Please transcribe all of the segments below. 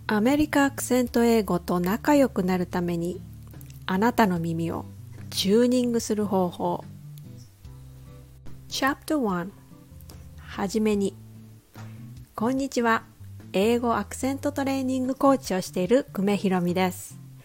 アメリカアクセント英語と仲良くなるためにあなたの耳をチューニングする方法。 Chapter 1。 はじめに、こんにちは。英語アクセントトレーニングコーチをしている久米ひろみです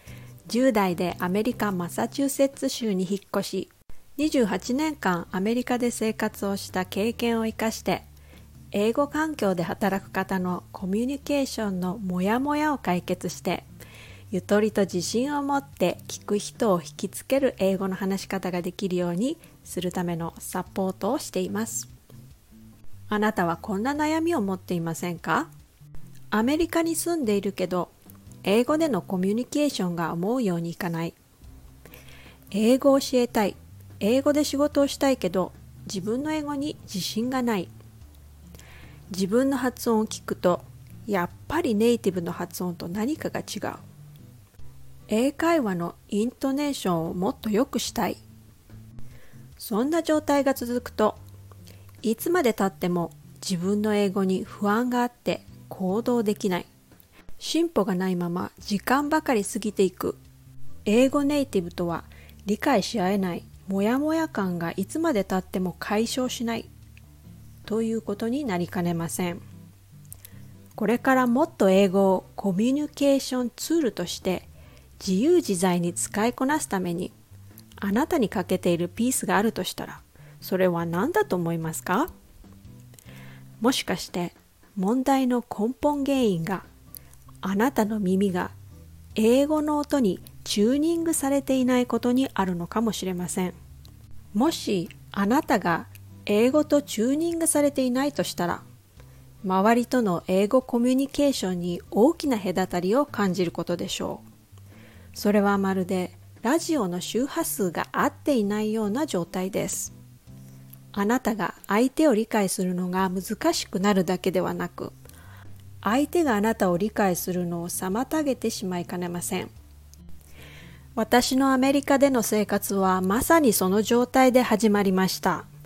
。10代でアメリカマサチューセッツ州に引っ越し、28年間アメリカで生活をした経験を生かして英語環境で働く方のコミュニケーションのモヤモヤを解決して、ゆとりと自信を持って聞く人を引きつける英語の話し方ができるようにするためのサポートをしています。あなたはこんな悩みを持っていませんか？アメリカに住んでいるけど、英語でのコミュニケーションが思うようにいかない。英語を教えたい。英語で仕事をしたいけど、自分の英語に自信がない。自分の発音を聞くと、やっぱりネイティブの発音と何かが違う。英会話のイントネーションをもっと良くしたい。そんな状態が続くと、いつまで経っても自分の英語に不安があって行動できない。進歩がないまま時間ばかり過ぎていく。英語ネイティブとは理解し合えないモヤモヤ感がいつまで経っても解消しない。ということになりかねません。これからもっと英語をコミュニケーションツールとして自由自在に使いこなすために、あなたに欠けているピースがあるとしたら、それは何だと思いますか？もしかして問題の根本原因が、あなたの耳が英語の音にチューニングされていないことにあるのかもしれません。もしあなたが英語とチューニングされていないとしたら、周りとの英語コミュニケーションに大きな隔たりを感じることでしょう。それはまるでラジオの周波数が合っていないような状態です。あなたが相手を理解するのが難しくなるだけではなく、相手があなたを理解するのを妨げてしまいかねません。私のアメリカでの生活はまさにその状態で始まりました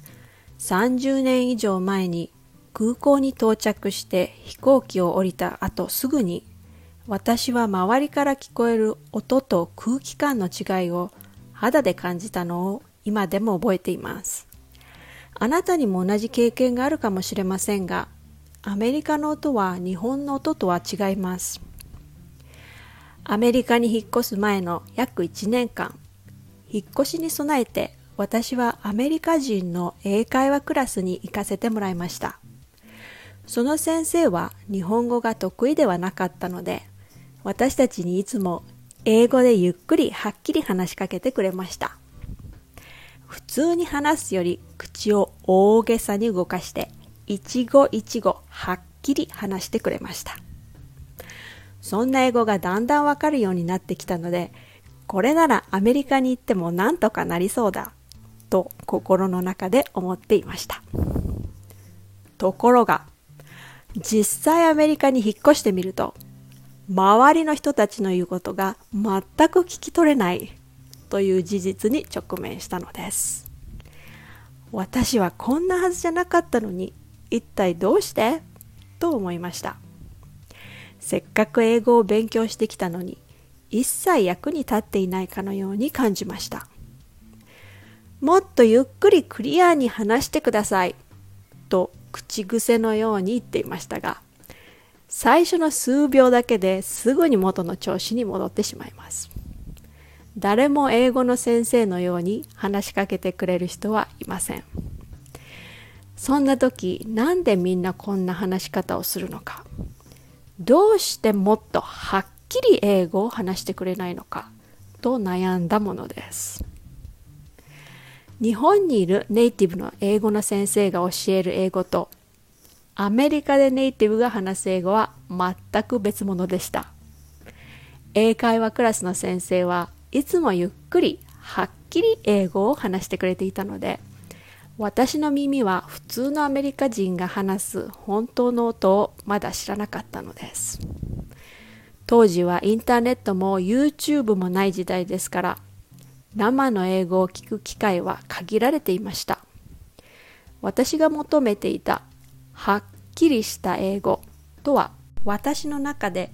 。30年以上前に空港に到着して飛行機を降りた後すぐに、私は周りから聞こえる音と空気感の違いを肌で感じたのを今でも覚えています。あなたにも同じ経験があるかもしれませんが、アメリカの音は日本の音とは違います。アメリカに引っ越す前の約1年間、引っ越しに備えて私はアメリカ人の英会話クラスに行かせてもらいました。その先生は日本語が得意ではなかったので、私たちにいつも英語でゆっくりはっきり話しかけてくれました。普通に話すより口を大げさに動かして一語一語はっきり話してくれました。そんな英語がだんだんわかるようになってきたので、これならアメリカに行ってもなんとかなりそうだと心の中で思っていました。ところが、実際アメリカに引っ越してみると、周りの人たちの言うことが全く聞き取れないという事実に直面したのです。私はこんなはずじゃなかったのに、一体どうしてと思いました。せっかく英語を勉強してきたのに、一切役に立っていないかのように感じました。もっとゆっくりクリアに話してくださいと口癖のように言っていましたが、最初の数秒だけですぐに元の調子に戻ってしまいます。誰も英語の先生のように話しかけてくれる人はいません。そんな時、なんでみんなこんな話し方をするのか、どうしてもっとはっきり英語を話してくれないのかと悩んだものです。日本にいるネイティブの英語の先生が教える英語と、アメリカでネイティブが話す英語は全く別物でした。英会話クラスの先生はいつもゆっくりはっきり英語を話してくれていたので、私の耳は普通のアメリカ人が話す本当の音をまだ知らなかったのです。当時はインターネットも YouTube もない時代ですから、生の英語を聞く機会は限られていました。私が求めていたはっきりした英語とは、私の中で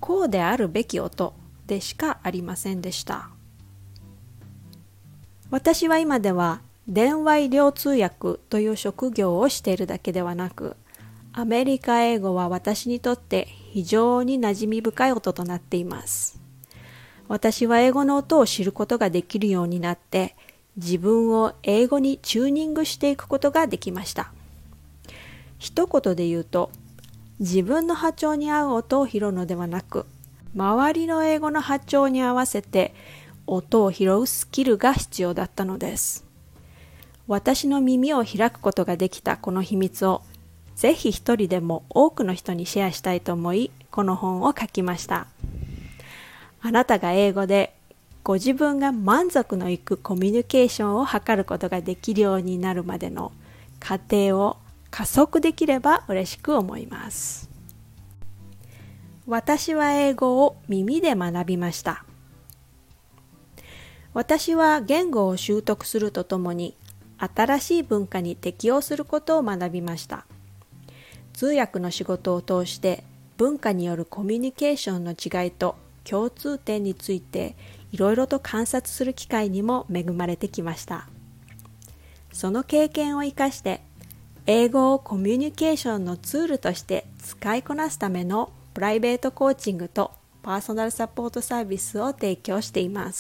こうであるべき音でしかありませんでした。私は今では電話医療通訳という職業をしているだけではなく、アメリカ英語は私にとって非常に馴染み深い音となっています。私は英語の音を知ることができるようになって、自分を英語にチューニングしていくことができました。一言で言うと、自分の波長に合う音を拾うのではなく、周りの英語の波長に合わせて音を拾うスキルが必要だったのです。私の耳を開くことができたこの秘密を、ぜひ一人でも多くの人にシェアしたいと思い、この本を書きました。あなたが英語でご自分が満足のいくコミュニケーションを図ることができるようになるまでの過程を加速できれば嬉しく思います。私は英語を耳で学びました。私は言語を習得するとともに、新しい文化に適応することを学びました。通訳の仕事を通して文化によるコミュニケーションの違いと共通点についていろいろと観察する機会にも恵まれてきました。その経験を生かして英語をコミュニケーションのツールとして使いこなすためのプライベートコーチングとパーソナルサポートサービスを提供しています。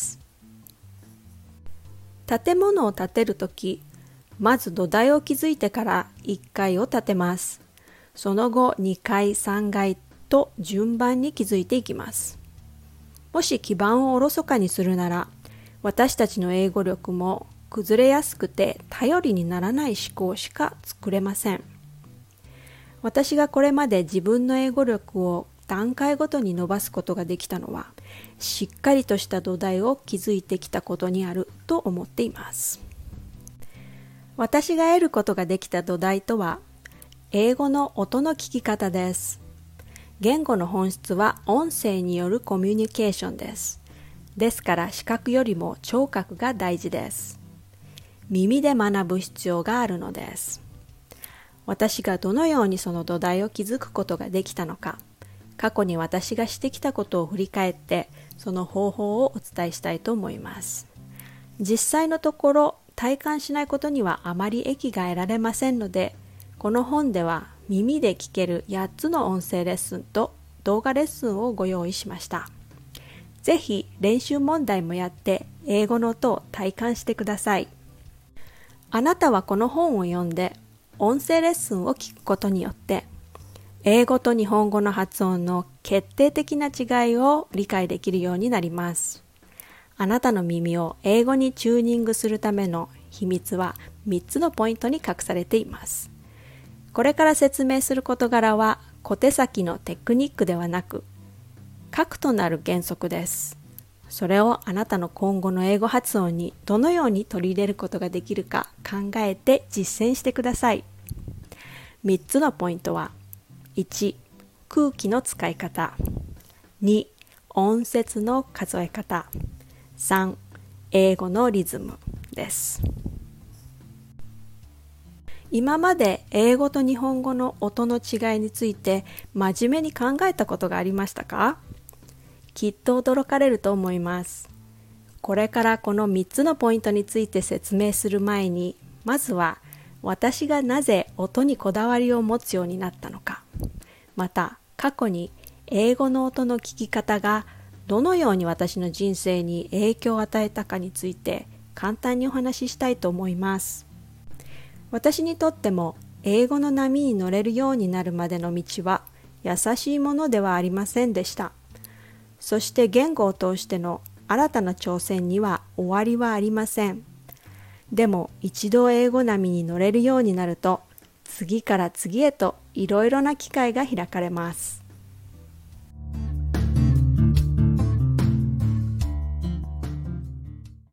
建物を建てるとき、まず土台を築いてから1階を建てます。その後2階、3階と順番に築いていきます。もし基盤をおろそかにするなら、私たちの英語力も崩れやすくて頼りにならない思考しか作れません。私がこれまで自分の英語力を段階ごとに伸ばすことができたのは、しっかりとした土台を築いてきたことにあると思っています。私が得ることができた土台とは、英語の音の聞き方です。言語の本質は音声によるコミュニケーションです。ですから視覚よりも聴覚が大事です。耳で学ぶ必要があるのです。私がどのようにその土台を築くことができたのか、過去に私がしてきたことを振り返って、その方法をお伝えしたいと思います。実際のところ、体感しないことにはあまり益が得られませんので、この本では耳で聞ける8つの音声レッスンと動画レッスンをご用意しました。ぜひ練習問題もやって英語の音を体感してください。あなたはこの本を読んで音声レッスンを聞くことによって英語と日本語の発音の決定的な違いを理解できるようになります。あなたの耳を英語にチューニングするための秘密は3つのポイントに隠されています。これから説明する事柄は小手先のテクニックではなく、核となる原則です。それをあなたの今後の英語発音にどのように取り入れることができるか考えて実践してください。3つのポイントは、1、空気の使い方。2、音節の数え方。3、英語のリズムです。今まで英語と日本語の音の違いについて真面目に考えたことがありましたか？きっと驚かれると思います。これからこの3つのポイントについて説明する前に、まずは私がなぜ音にこだわりを持つようになったのか、また過去に英語の音の聞き方がどのように私の人生に影響を与えたかについて簡単にお話ししたいと思います。私にとっても英語の波に乗れるようになるまでの道は優しいものではありませんでした。そして言語を通しての新たな挑戦には終わりはありません。でも一度英語波に乗れるようになると、次から次へといろいろな機会が開かれます。